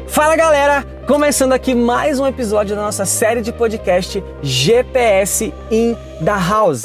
Fala galera, começando aqui mais um episódio da nossa série de podcast GPS in the House.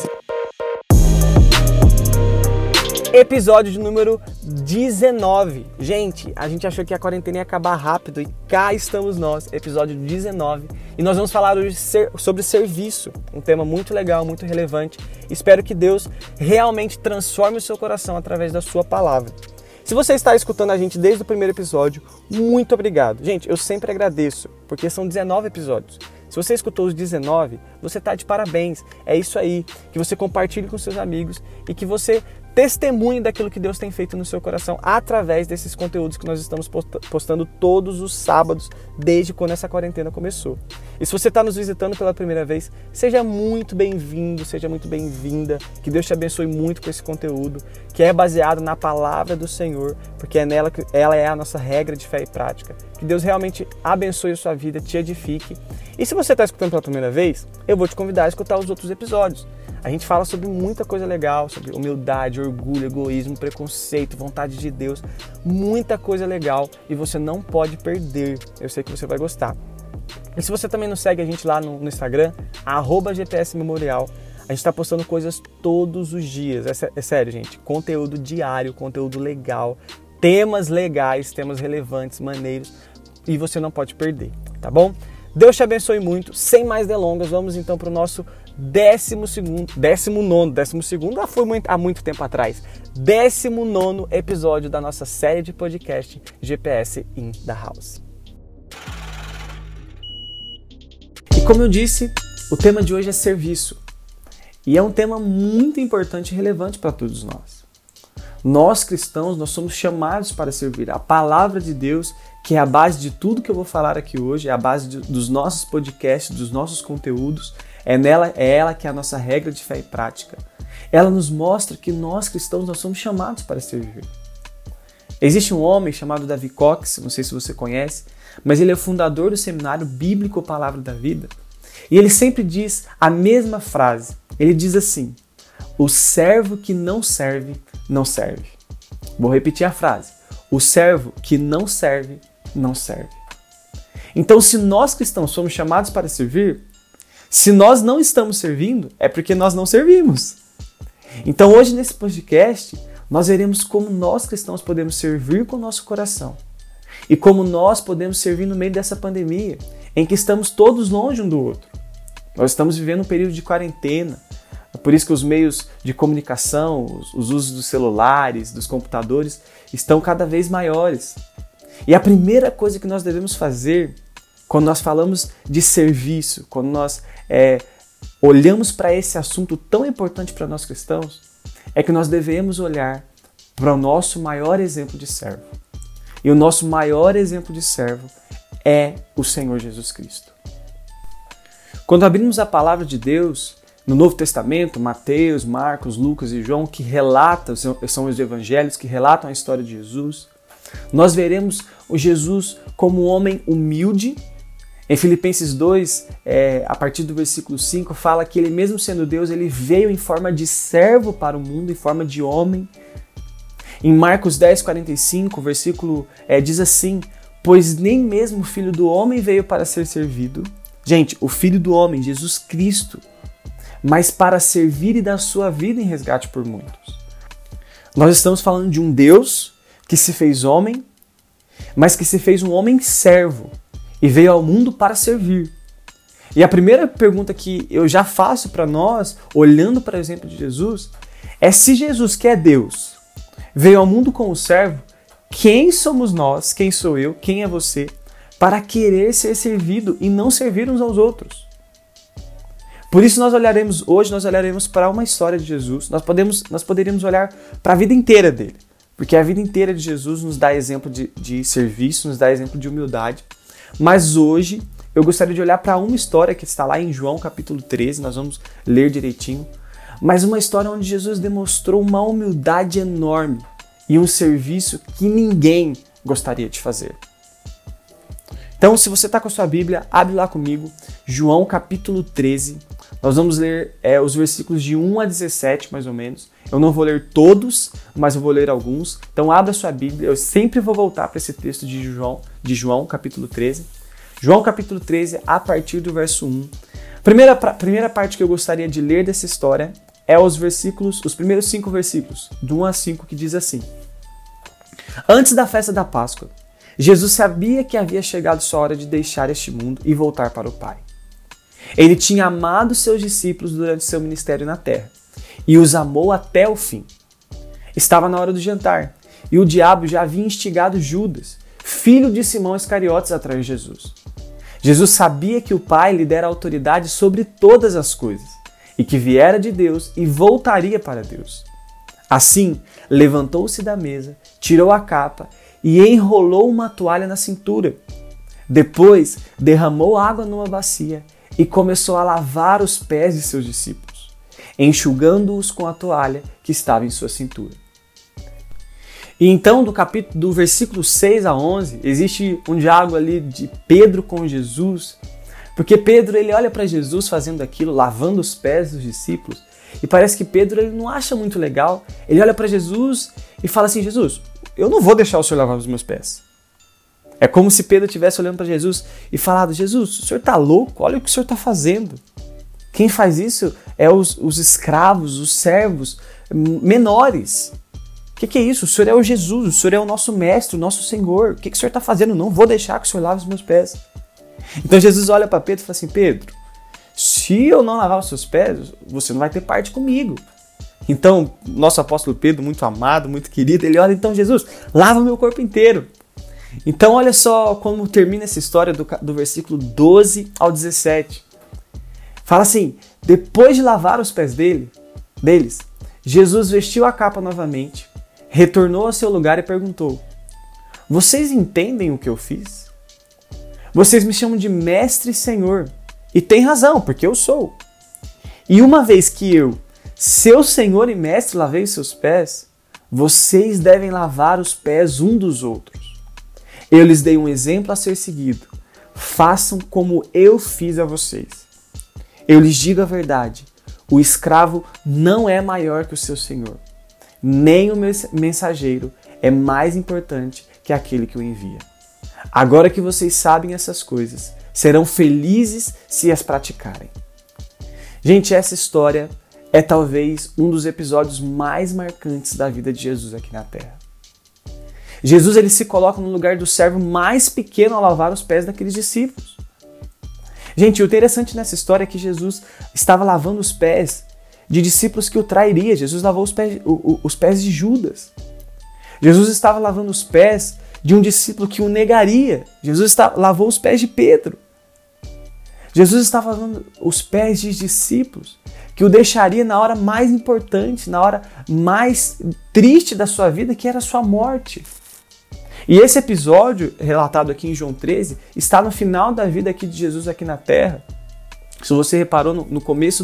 Episódio de número 19. Gente, a gente achou que a quarentena ia acabar rápido e cá estamos nós, episódio 19. E nós vamos falar hoje sobre serviço, um tema muito legal, muito relevante. Espero que Deus realmente transforme o seu coração através da sua palavra. Se você está escutando a gente desde o primeiro episódio, muito obrigado. Gente, eu sempre agradeço, porque são 19 episódios. Se você escutou os 19, você está de parabéns. É isso aí, que você compartilhe com seus amigos e que você testemunhe daquilo que Deus tem feito no seu coração através desses conteúdos que nós estamos postando todos os sábados, desde quando essa quarentena começou. E se você está nos visitando pela primeira vez, seja muito bem-vindo, seja muito bem-vinda, que Deus te abençoe muito com esse conteúdo, que é baseado na palavra do Senhor, porque é nela que ela é a nossa regra de fé e prática. Que Deus realmente abençoe a sua vida, te edifique. E se você está escutando pela primeira vez, eu vou te convidar a escutar os outros episódios. A gente fala sobre muita coisa legal, sobre humildade, orgulho, egoísmo, preconceito, vontade de Deus, muita coisa legal e você não pode perder. Eu sei que você vai gostar. E se você também não segue a gente lá no Instagram, @GPSmemorial, a gente está postando coisas todos os dias. É sério, gente, conteúdo diário, conteúdo legal, temas legais, temas relevantes, maneiros e você não pode perder, tá bom? Deus te abençoe muito. Sem mais delongas, vamos então para o nosso 19º foi há muito tempo atrás, 19º episódio da nossa série de podcast GPS in the House. E como eu disse, o tema de hoje é serviço. E é um tema muito importante e relevante para todos nós. Nós cristãos, nós somos chamados para servir. A palavra de Deus, que é a base de tudo que eu vou falar aqui hoje, é a base dos nossos podcasts, dos nossos conteúdos, é ela que é a nossa regra de fé e prática. Ela nos mostra que nós cristãos, nós somos chamados para servir. Existe um homem chamado Davi Cox, não sei se você conhece, mas ele é o fundador do seminário bíblico Palavra da Vida. E ele sempre diz a mesma frase. Ele diz assim: o servo que não serve, não serve. Vou repetir a frase. O servo que não serve, não serve. Então, se nós cristãos somos chamados para servir, se nós não estamos servindo, é porque nós não servimos. Então, hoje nesse podcast, nós veremos como nós cristãos podemos servir com o nosso coração e como nós podemos servir no meio dessa pandemia, em que estamos todos longe um do outro. Nós estamos vivendo um período de quarentena, é por isso que os meios de comunicação, os usos dos celulares, dos computadores, estão cada vez maiores. E a primeira coisa que nós devemos fazer quando nós falamos de serviço, quando nós olhamos para esse assunto tão importante para nós cristãos, é que nós devemos olhar para o nosso maior exemplo de servo. E o nosso maior exemplo de servo é o Senhor Jesus Cristo. Quando abrimos a palavra de Deus, no Novo Testamento, Mateus, Marcos, Lucas e João, que relatam, são os evangelhos que relatam a história de Jesus, nós veremos o Jesus como um homem humilde. Em Filipenses 2, a partir do versículo 5, fala que ele, mesmo sendo Deus, ele veio em forma de servo para o mundo, em forma de homem. Em Marcos 10, 45, o versículo diz assim: pois nem mesmo o Filho do Homem veio para ser servido. Gente, o Filho do Homem, Jesus Cristo, mas para servir e dar sua vida em resgate por muitos. Nós estamos falando de um Deus que se fez homem, mas que se fez um homem servo e veio ao mundo para servir. E a primeira pergunta que eu já faço para nós, olhando para o exemplo de Jesus, é: se Jesus, que é Deus, veio ao mundo como servo, quem somos nós, quem sou eu, quem é você, para querer ser servido e não servir uns aos outros? Por isso hoje nós olharemos para uma história de Jesus, nós poderíamos olhar para a vida inteira dele, porque a vida inteira de Jesus nos dá exemplo de serviço, nos dá exemplo de humildade. Mas hoje eu gostaria de olhar para uma história que está lá em João capítulo 13, nós vamos ler direitinho, mas uma história onde Jesus demonstrou uma humildade enorme e um serviço que ninguém gostaria de fazer. Então, se você está com a sua Bíblia, abre lá comigo, João capítulo 13, Nós vamos ler os versículos de 1 a 17, mais ou menos. Eu não vou ler todos, mas eu vou ler alguns. Então abra sua Bíblia, eu sempre vou voltar para esse texto de João, capítulo 13. João, capítulo 13, a partir do verso 1. Primeira parte que eu gostaria de ler dessa história é os primeiros 5 versículos, do 1 a 5, que diz assim. Antes da festa da Páscoa, Jesus sabia que havia chegado sua hora de deixar este mundo e voltar para o Pai. Ele tinha amado seus discípulos durante seu ministério na terra e os amou até o fim. Estava na hora do jantar e o diabo já havia instigado Judas, filho de Simão Iscariotes, atrás de Jesus. Jesus sabia que o Pai lhe dera autoridade sobre todas as coisas e que viera de Deus e voltaria para Deus. Assim, levantou-se da mesa, tirou a capa e enrolou uma toalha na cintura. Depois, derramou água numa bacia e começou a lavar os pés de seus discípulos, enxugando-os com a toalha que estava em sua cintura. E então, do versículo 6 a 11, existe um diálogo ali de Pedro com Jesus, porque Pedro ele olha para Jesus fazendo aquilo, lavando os pés dos discípulos, e parece que Pedro ele não acha muito legal. Ele olha para Jesus e fala assim: Jesus, eu não vou deixar o Senhor lavar os meus pés. É como se Pedro estivesse olhando para Jesus e falando: Jesus, o Senhor está louco? Olha o que o Senhor está fazendo. Quem faz isso é os escravos, os servos menores. O que é isso? O Senhor é o Jesus, o Senhor é o nosso mestre, o nosso Senhor. O que o Senhor está fazendo? Não vou deixar que o Senhor lave os meus pés. Então Jesus olha para Pedro e fala assim: Pedro, se eu não lavar os seus pés, você não vai ter parte comigo. Então, nosso apóstolo Pedro, muito amado, muito querido, ele olha: então Jesus, lava o meu corpo inteiro. Então olha só como termina essa história do versículo 12 ao 17. Fala assim: depois de lavar os pés deles, Jesus vestiu a capa novamente, retornou ao seu lugar e perguntou: vocês entendem o que eu fiz? Vocês me chamam de mestre e senhor, e tem razão, porque eu sou. E uma vez que eu, seu senhor e mestre, lavei os seus pés, vocês devem lavar os pés um dos outros. Eu lhes dei um exemplo a ser seguido. Façam como eu fiz a vocês. Eu lhes digo a verdade. O escravo não é maior que o seu senhor. Nem o mensageiro é mais importante que aquele que o envia. Agora que vocês sabem essas coisas, serão felizes se as praticarem. Gente, essa história é talvez um dos episódios mais marcantes da vida de Jesus aqui na Terra. Jesus ele se coloca no lugar do servo mais pequeno ao lavar os pés daqueles discípulos. Gente, o interessante nessa história é que Jesus estava lavando os pés de discípulos que o trairiam. Jesus lavou os pés de Judas. Jesus estava lavando os pés de um discípulo que o negaria. Jesus lavou os pés de Pedro. Jesus estava lavando os pés de discípulos que o deixaria na hora mais importante, na hora mais triste da sua vida, que era a sua morte. E esse episódio, relatado aqui em João 13, está no final da vida aqui de Jesus aqui na Terra. Se você reparou no começo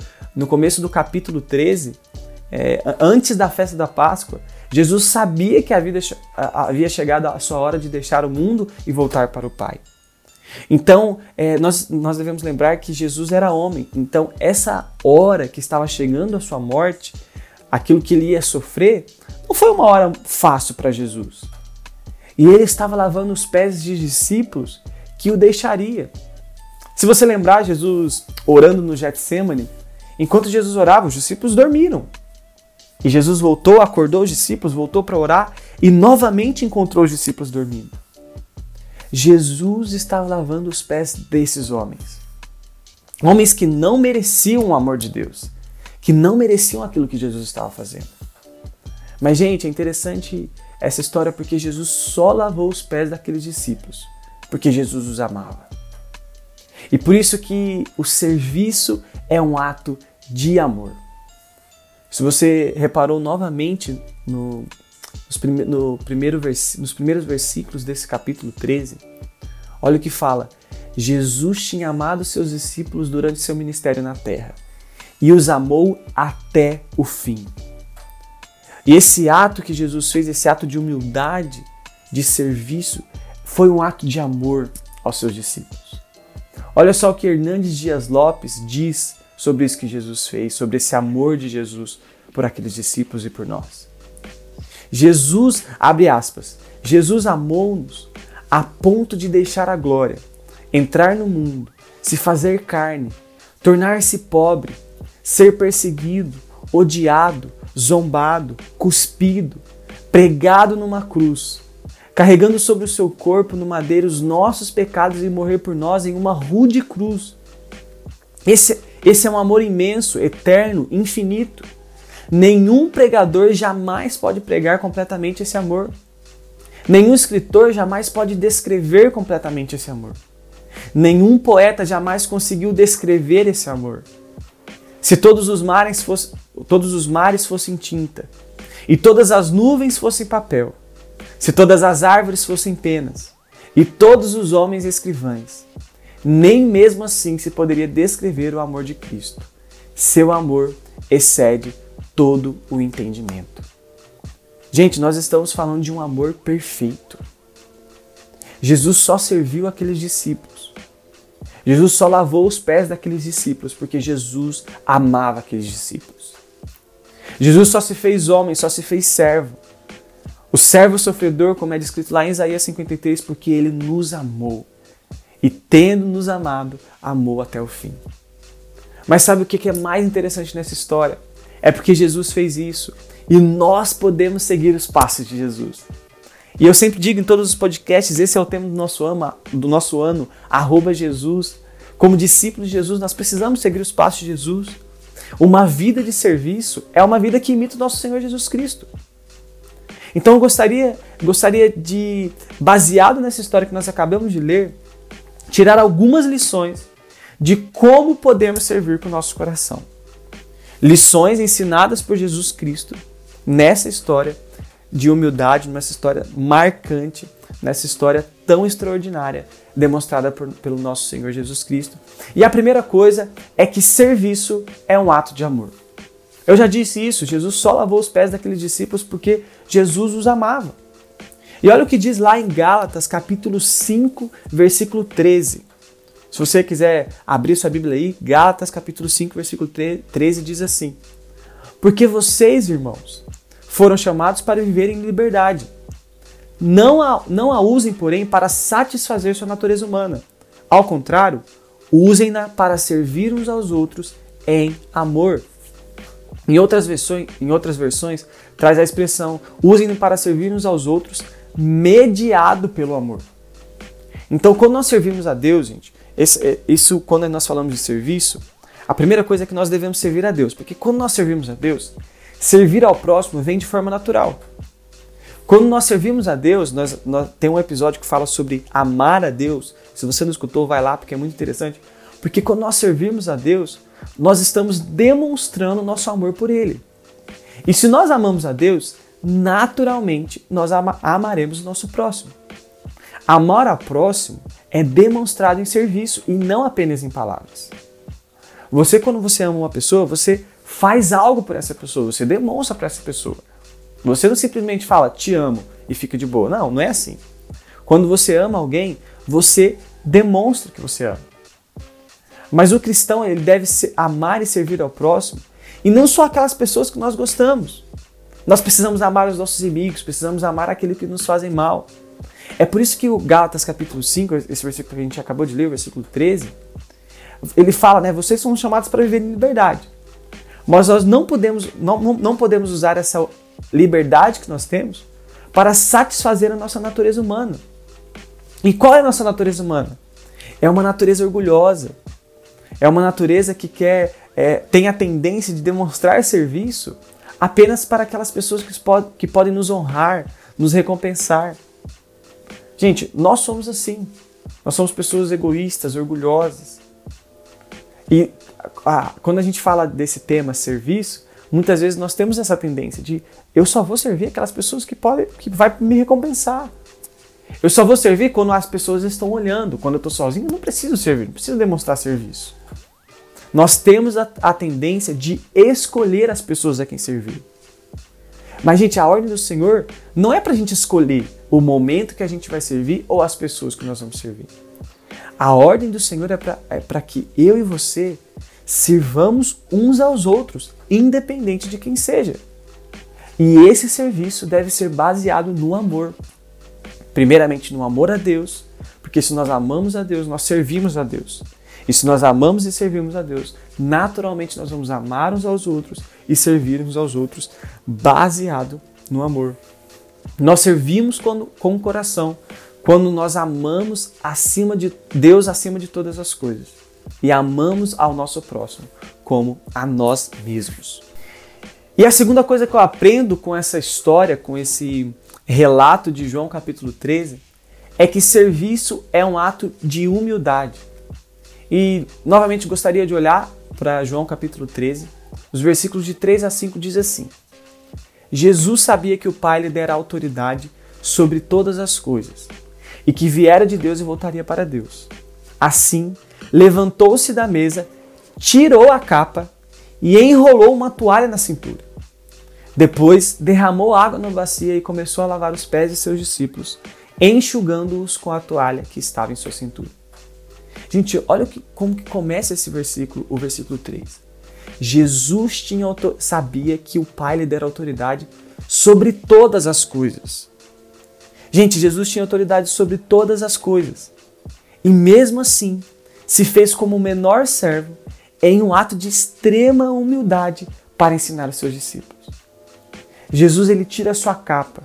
do capítulo 13, antes da festa da Páscoa, Jesus sabia que havia chegado a sua hora de deixar o mundo e voltar para o Pai. Então, nós devemos lembrar que Jesus era homem. Então, essa hora que estava chegando a sua morte, aquilo que ele ia sofrer, não foi uma hora fácil para Jesus. E ele estava lavando os pés de discípulos que o deixaria. Se você lembrar, Jesus orando no Getsêmani, enquanto Jesus orava, os discípulos dormiram. E Jesus voltou, acordou os discípulos, voltou para orar e novamente encontrou os discípulos dormindo. Jesus estava lavando os pés desses homens. Homens que não mereciam o amor de Deus, que não mereciam aquilo que Jesus estava fazendo. Mas, gente, é interessante essa história porque Jesus só lavou os pés daqueles discípulos, porque Jesus os amava. E por isso que o serviço é um ato de amor. Se você reparou novamente nos primeiros versículos desse capítulo 13, olha o que fala. Jesus tinha amado seus discípulos durante seu ministério na terra e os amou até o fim. E esse ato que Jesus fez, esse ato de humildade, de serviço, foi um ato de amor aos seus discípulos. Olha só o que Hernandes Dias Lopes diz sobre isso que Jesus fez, sobre esse amor de Jesus por aqueles discípulos e por nós. Jesus, abre aspas, Jesus amou-nos a ponto de deixar a glória, entrar no mundo, se fazer carne, tornar-se pobre, ser perseguido, odiado, zombado, cuspido, pregado numa cruz, carregando sobre o seu corpo no madeiro os nossos pecados e morrer por nós em uma rude cruz. Esse é um amor imenso, eterno, infinito. Nenhum pregador jamais pode pregar completamente esse amor. Nenhum escritor jamais pode descrever completamente esse amor. Nenhum poeta jamais conseguiu descrever esse amor. Se todos os mares fossem tinta, e todas as nuvens fossem papel, se todas as árvores fossem penas, e todos os homens escrivães, nem mesmo assim se poderia descrever o amor de Cristo. Seu amor excede todo o entendimento. Gente, nós estamos falando de um amor perfeito. Jesus só serviu aqueles discípulos. Jesus só lavou os pés daqueles discípulos porque Jesus amava aqueles discípulos. Jesus só se fez homem, só se fez servo. O servo sofredor, como é descrito lá em Isaías 53, porque ele nos amou. E tendo nos amado, amou até o fim. Mas sabe o que é mais interessante nessa história? É porque Jesus fez isso. E nós podemos seguir os passos de Jesus. E eu sempre digo em todos os podcasts, esse é o tema do nosso ano, @Jesus. Como discípulos de Jesus, nós precisamos seguir os passos de Jesus. Uma vida de serviço é uma vida que imita o nosso Senhor Jesus Cristo. Então eu gostaria de, baseado nessa história que nós acabamos de ler, tirar algumas lições de como podemos servir com o nosso coração. Lições ensinadas por Jesus Cristo nessa história de humildade, nessa história marcante, nessa história tão extraordinária demonstrada pelo nosso Senhor Jesus Cristo. E a primeira coisa é que serviço é um ato de amor. Eu já disse isso, Jesus só lavou os pés daqueles discípulos porque Jesus os amava. E olha o que diz lá em Gálatas, capítulo 5, versículo 13. Se você quiser abrir sua Bíblia aí, Gálatas, capítulo 5, versículo 13 diz assim: porque vocês, irmãos, foram chamados para viver em liberdade. Não a usem, porém, para satisfazer sua natureza humana. Ao contrário, usem-na para servir uns aos outros em amor. Em outras versões, traz a expressão usem-na para servir uns aos outros mediado pelo amor. Então, quando nós servimos a Deus, gente, isso quando nós falamos de serviço, a primeira coisa é que nós devemos servir a Deus. Porque quando nós servimos a Deus, servir ao próximo vem de forma natural. Quando nós servimos a Deus, tem um episódio que fala sobre amar a Deus. Se você não escutou, vai lá porque é muito interessante. Porque quando nós servimos a Deus, nós estamos demonstrando nosso amor por Ele. E se nós amamos a Deus, naturalmente nós amaremos o nosso próximo. Amar ao próximo é demonstrado em serviço e não apenas em palavras. Quando você ama uma pessoa, você faz algo por essa pessoa, você demonstra para essa pessoa. Você não simplesmente fala, te amo, e fica de boa. Não, não é assim. Quando você ama alguém, você demonstra que você ama. Mas o cristão, ele deve amar e servir ao próximo, e não só aquelas pessoas que nós gostamos. Nós precisamos amar os nossos inimigos, precisamos amar aqueles que nos fazem mal. É por isso que o Gálatas capítulo 5, esse versículo que a gente acabou de ler, o versículo 13, ele fala, né, vocês são chamados para viver em liberdade. Mas nós não podemos usar essa liberdade que nós temos para satisfazer a nossa natureza humana. E qual é a nossa natureza humana? É uma natureza orgulhosa. É uma natureza que tem a tendência de demonstrar serviço apenas para aquelas pessoas que podem nos honrar, nos recompensar. Gente, nós somos assim. Nós somos pessoas egoístas, orgulhosas. E quando a gente fala desse tema serviço, muitas vezes nós temos essa tendência de eu só vou servir aquelas pessoas que vai me recompensar. Eu só vou servir quando as pessoas estão olhando. Quando eu estou sozinho, eu não preciso servir, não preciso demonstrar serviço. Nós temos a tendência de escolher as pessoas a quem servir. Mas, gente, a ordem do Senhor não é para a gente escolher o momento que a gente vai servir ou as pessoas que nós vamos servir. A ordem do Senhor é para que eu e você sirvamos uns aos outros, independente de quem seja. E esse serviço deve ser baseado no amor. Primeiramente no amor a Deus, porque se nós amamos a Deus, nós servimos a Deus. E se nós amamos e servimos a Deus, naturalmente nós vamos amar uns aos outros e servir uns aos outros baseado no amor. Nós servimos com o coração quando nós amamos acima de Deus acima de todas as coisas e amamos ao nosso próximo como a nós mesmos. E a segunda coisa que eu aprendo com essa história, com esse relato de João capítulo 13, é que serviço é um ato de humildade. E novamente gostaria de olhar para João capítulo 13, os versículos de 3 a 5 diz assim: Jesus sabia que o Pai lhe dera autoridade sobre todas as coisas e que viera de Deus e voltaria para Deus. Assim, levantou-se da mesa, tirou a capa e enrolou uma toalha na cintura. Depois, derramou água na bacia e começou a lavar os pés de seus discípulos, enxugando-os com a toalha que estava em sua cintura. Gente, olha como que começa esse versículo, o versículo 3. Jesus sabia que o Pai lhe dera autoridade sobre todas as coisas. Gente, Jesus tinha autoridade sobre todas as coisas. E mesmo assim, se fez como o menor servo em um ato de extrema humildade para ensinar os seus discípulos. Jesus, ele tira a sua capa.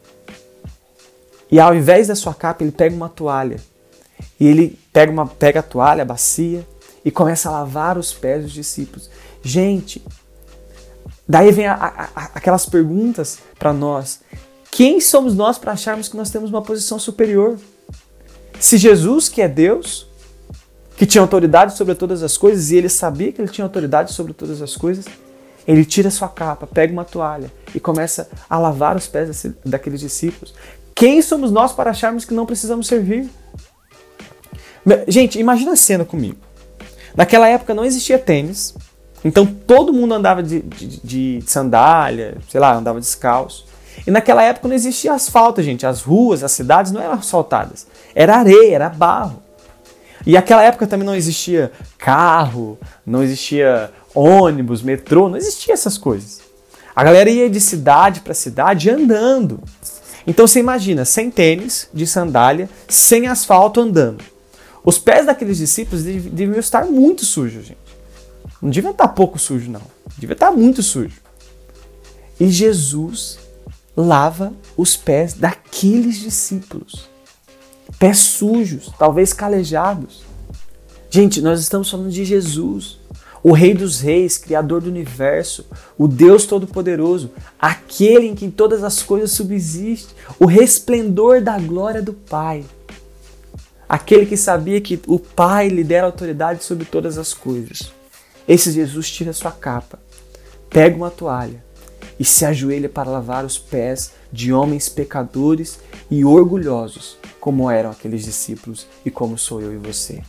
E ao invés da sua capa, ele pega uma toalha. E ele pega a toalha, a bacia, e começa a lavar os pés dos discípulos. Gente, daí vem aquelas perguntas para nós. Quem somos nós para acharmos que nós temos uma posição superior? Se Jesus, que é Deus, que tinha autoridade sobre todas as coisas, e ele sabia que ele tinha autoridade sobre todas as coisas, ele tira sua capa, pega uma toalha e começa a lavar os pés daqueles discípulos. Quem somos nós para acharmos que não precisamos servir? Gente, imagina a cena comigo. Naquela época não existia tênis, então todo mundo andava de sandália, sei lá, andava descalço. E naquela época não existia asfalto, gente. As ruas, as cidades não eram asfaltadas. Era areia, era barro. E naquela época também não existia carro, não existia ônibus, metrô, não existia essas coisas. A galera ia de cidade para cidade andando. Então você imagina, sem tênis, de sandália, sem asfalto andando. Os pés daqueles discípulos deviam estar muito sujos, gente. Não devia estar pouco sujo, não. Devia estar muito sujo. E Jesus lava os pés daqueles discípulos. Pés sujos, talvez calejados. Gente, nós estamos falando de Jesus, o Rei dos Reis, Criador do Universo, o Deus Todo-Poderoso, aquele em quem todas as coisas subsistem, o resplendor da glória do Pai. Aquele que sabia que o Pai lhe dera autoridade sobre todas as coisas. Esse Jesus tira sua capa, pega uma toalha e se ajoelha para lavar os pés de homens pecadores e orgulhosos, como eram aqueles discípulos e como sou eu e você.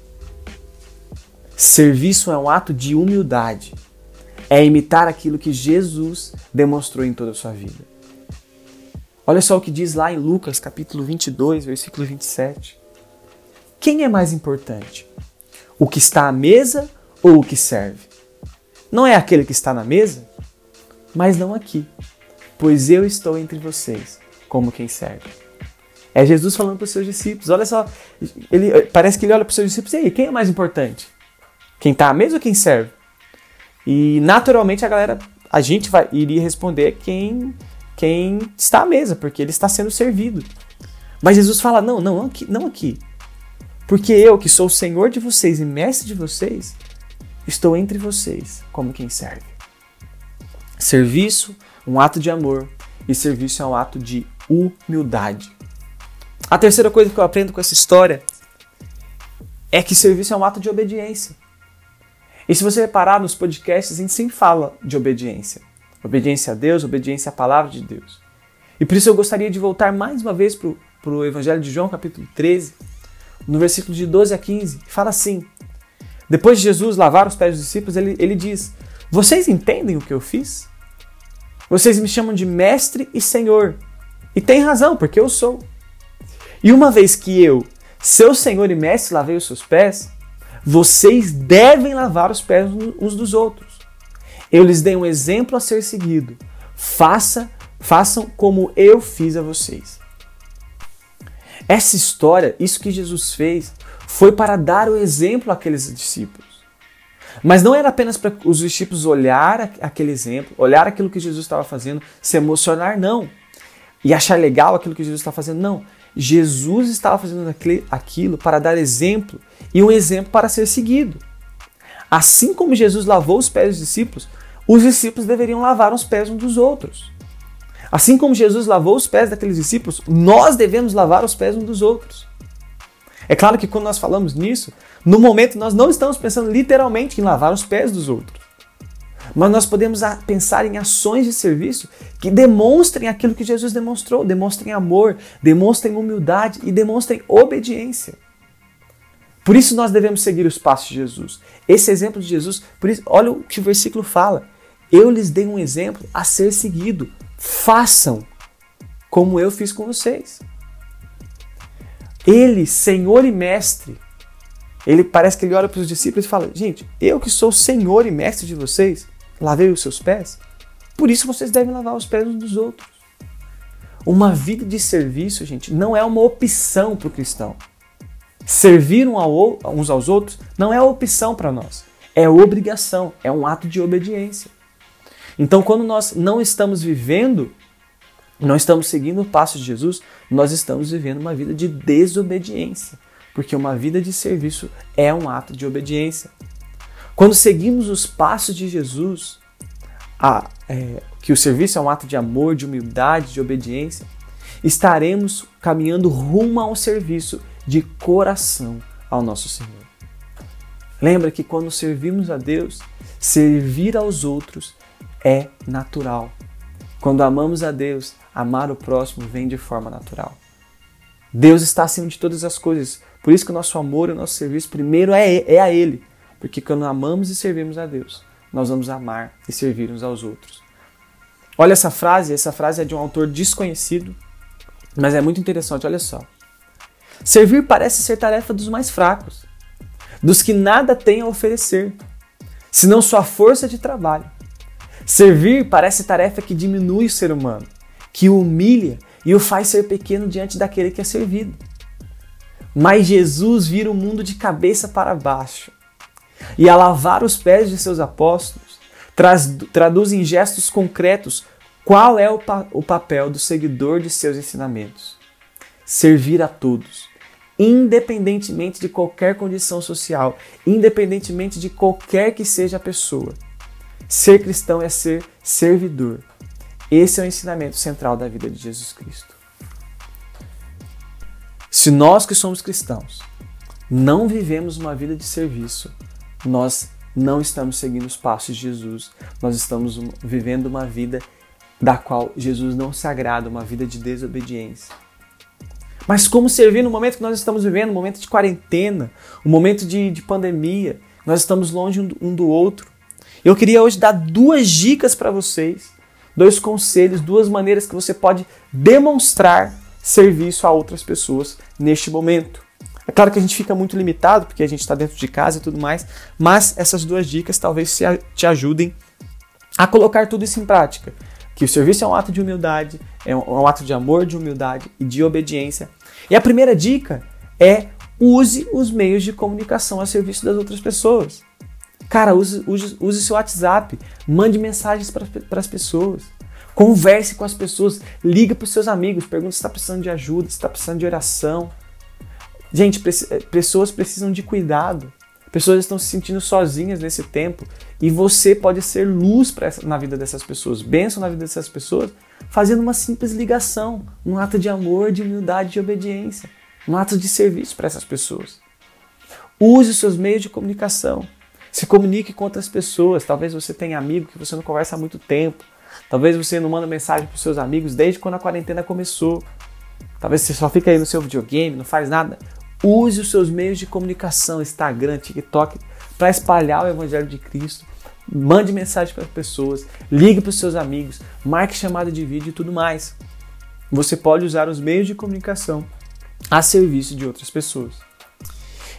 Serviço é um ato de humildade. É imitar aquilo que Jesus demonstrou em toda a sua vida. Olha só o que diz lá em Lucas, capítulo 22, versículo 27. Quem é mais importante? O que está à mesa ou o que serve? Não é aquele que está na mesa? Mas não aqui, pois eu estou entre vocês, como quem serve. É Jesus falando para os seus discípulos. Olha só, parece que ele olha para os seus discípulos e aí, quem é mais importante? Quem está à mesa ou quem serve? E naturalmente a gente iria responder quem está à mesa, porque ele está sendo servido. Mas Jesus fala, não aqui. Porque eu, que sou o Senhor de vocês e mestre de vocês, estou entre vocês como quem serve. Serviço, um ato de amor, e serviço é um ato de humildade. A terceira coisa que eu aprendo com essa história é que serviço é um ato de obediência. E se você reparar nos podcasts, a gente sempre fala de obediência. Obediência a Deus, obediência à palavra de Deus. E por isso eu gostaria de voltar mais uma vez para o Evangelho de João, capítulo 13, no versículo de 12 a 15, que fala assim: depois de Jesus lavar os pés dos discípulos, ele diz: vocês entendem o que eu fiz? Vocês me chamam de mestre e senhor. E tem razão, porque eu sou. E uma vez que eu, seu senhor e mestre, lavei os seus pés, vocês devem lavar os pés uns dos outros. Eu lhes dei um exemplo a ser seguido. Façam como eu fiz a vocês. Essa história, isso que Jesus fez, foi para dar o exemplo àqueles discípulos. Mas não era apenas para os discípulos olhar aquele exemplo, olhar aquilo que Jesus estava fazendo, se emocionar, não. E achar legal aquilo que Jesus estava fazendo, não. Jesus estava fazendo aquilo para dar exemplo e um exemplo para ser seguido. Assim como Jesus lavou os pés dos discípulos, os discípulos deveriam lavar os pés uns dos outros. Assim como Jesus lavou os pés daqueles discípulos, nós devemos lavar os pés uns dos outros. É claro que quando nós falamos nisso, no momento nós não estamos pensando literalmente em lavar os pés dos outros. Mas nós podemos pensar em ações de serviço que demonstrem aquilo que Jesus demonstrou, demonstrem amor, demonstrem humildade e demonstrem obediência. Por isso nós devemos seguir os passos de Jesus. Esse exemplo de Jesus, por isso, olha o que o versículo fala. Eu lhes dei um exemplo a ser seguido. Façam como eu fiz com vocês. Ele, Senhor e Mestre, parece que ele olha para os discípulos e fala, gente, eu que sou Senhor e Mestre de vocês, lavei os seus pés, por isso vocês devem lavar os pés uns dos outros. Uma vida de serviço, gente, não é uma opção para o cristão. Servir uns aos outros não é opção para nós, é obrigação, é um ato de obediência. Então, quando nós não estamos vivendo, não estamos seguindo o passo de Jesus, nós estamos vivendo uma vida de desobediência, porque uma vida de serviço é um ato de obediência. Quando seguimos os passos de Jesus, que o serviço é um ato de amor, de humildade, de obediência, estaremos caminhando rumo a um serviço de coração ao nosso Senhor. Lembra que quando servimos a Deus, servir aos outros é natural. Quando amamos a Deus, amar o próximo vem de forma natural. Deus está acima de todas as coisas. Por isso que o nosso amor e o nosso serviço primeiro é a Ele. Porque quando amamos e servimos a Deus, nós vamos amar e servir uns aos outros. Olha essa frase é de um autor desconhecido, mas é muito interessante, olha só. Servir parece ser tarefa dos mais fracos, dos que nada têm a oferecer, senão sua força de trabalho. Servir parece tarefa que diminui o ser humano, que o humilha e o faz ser pequeno diante daquele que é servido. Mas Jesus vira o mundo de cabeça para baixo e, a lavar os pés de seus apóstolos, traduz em gestos concretos qual é o papel do seguidor de seus ensinamentos. Servir a todos, independentemente de qualquer condição social, independentemente de qualquer que seja a pessoa. Ser cristão é ser servidor. Esse é o ensinamento central da vida de Jesus Cristo. Se nós que somos cristãos não vivemos uma vida de serviço, nós não estamos seguindo os passos de Jesus, nós estamos vivendo uma vida da qual Jesus não se agrada, uma vida de desobediência. Mas como servir no momento que nós estamos vivendo, um momento de quarentena, um momento de pandemia, nós estamos longe um do outro. Eu queria hoje dar 2 dicas para vocês, 2 conselhos, 2 maneiras que você pode demonstrar serviço a outras pessoas neste momento. É claro que a gente fica muito limitado, porque a gente está dentro de casa e tudo mais, mas essas 2 dicas talvez te ajudem a colocar tudo isso em prática. Que o serviço é um ato de humildade, é um ato de amor, de humildade e de obediência. E a primeira dica é: use os meios de comunicação a serviço das outras pessoas. Cara, use o seu WhatsApp, mande mensagens para as pessoas, converse com as pessoas, liga para os seus amigos, pergunta se está precisando de ajuda, se está precisando de oração. Gente, pessoas precisam de cuidado, pessoas estão se sentindo sozinhas nesse tempo e você pode ser luz na vida dessas pessoas, bênção na vida dessas pessoas, fazendo uma simples ligação, um ato de amor, de humildade, de obediência, um ato de serviço para essas pessoas. Use os seus meios de comunicação. Se comunique com outras pessoas. Talvez você tenha amigo que você não conversa há muito tempo. Talvez você não manda mensagem para os seus amigos desde quando a quarentena começou. Talvez você só fica aí no seu videogame, não faz nada. Use os seus meios de comunicação, Instagram, TikTok, para espalhar o Evangelho de Cristo. Mande mensagem para as pessoas, ligue para os seus amigos, marque chamada de vídeo e tudo mais. Você pode usar os meios de comunicação a serviço de outras pessoas.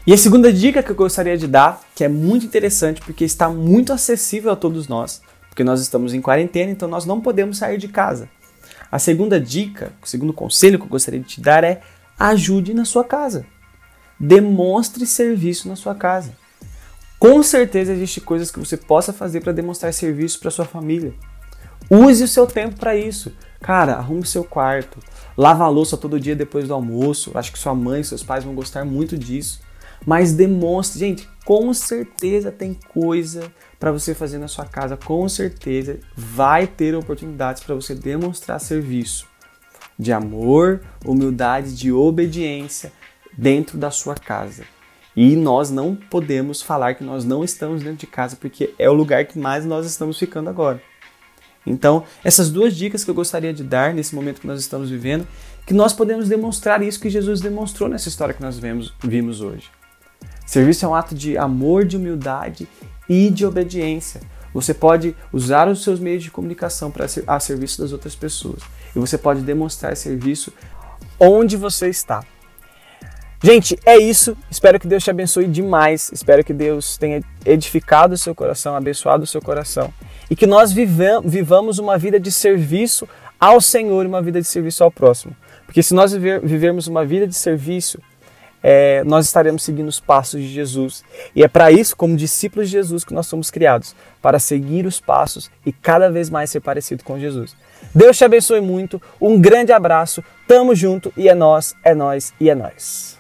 E a segunda dica que eu gostaria de dar, que é muito interessante porque está muito acessível a todos nós, porque nós estamos em quarentena, então nós não podemos sair de casa. A segunda dica, o segundo conselho que eu gostaria de te dar é: ajude na sua casa. Demonstre serviço na sua casa. Com certeza existem coisas que você possa fazer para demonstrar serviço para sua família. Use o seu tempo para isso. Cara, arrume seu quarto, lava a louça todo dia depois do almoço. Acho que sua mãe e seus pais vão gostar muito disso. Mas demonstre, gente, com certeza tem coisa para você fazer na sua casa. Com certeza vai ter oportunidades para você demonstrar serviço de amor, humildade, de obediência dentro da sua casa. E nós não podemos falar que nós não estamos dentro de casa, porque é o lugar que mais nós estamos ficando agora. Então, essas duas dicas que eu gostaria de dar nesse momento que nós estamos vivendo, que nós podemos demonstrar isso que Jesus demonstrou nessa história que nós vimos hoje. Serviço é um ato de amor, de humildade e de obediência. Você pode usar os seus meios de comunicação a serviço das outras pessoas. E você pode demonstrar serviço onde você está. Gente, é isso. Espero que Deus te abençoe demais. Espero que Deus tenha edificado o seu coração, abençoado o seu coração. E que nós vivamos uma vida de serviço ao Senhor e uma vida de serviço ao próximo. Porque se nós vivermos uma vida de serviço, nós estaremos seguindo os passos de Jesus. E é para isso, como discípulos de Jesus, que nós somos criados. Para seguir os passos e cada vez mais ser parecido com Jesus. Deus te abençoe muito. Um grande abraço. Tamo junto e é nós e é nóis.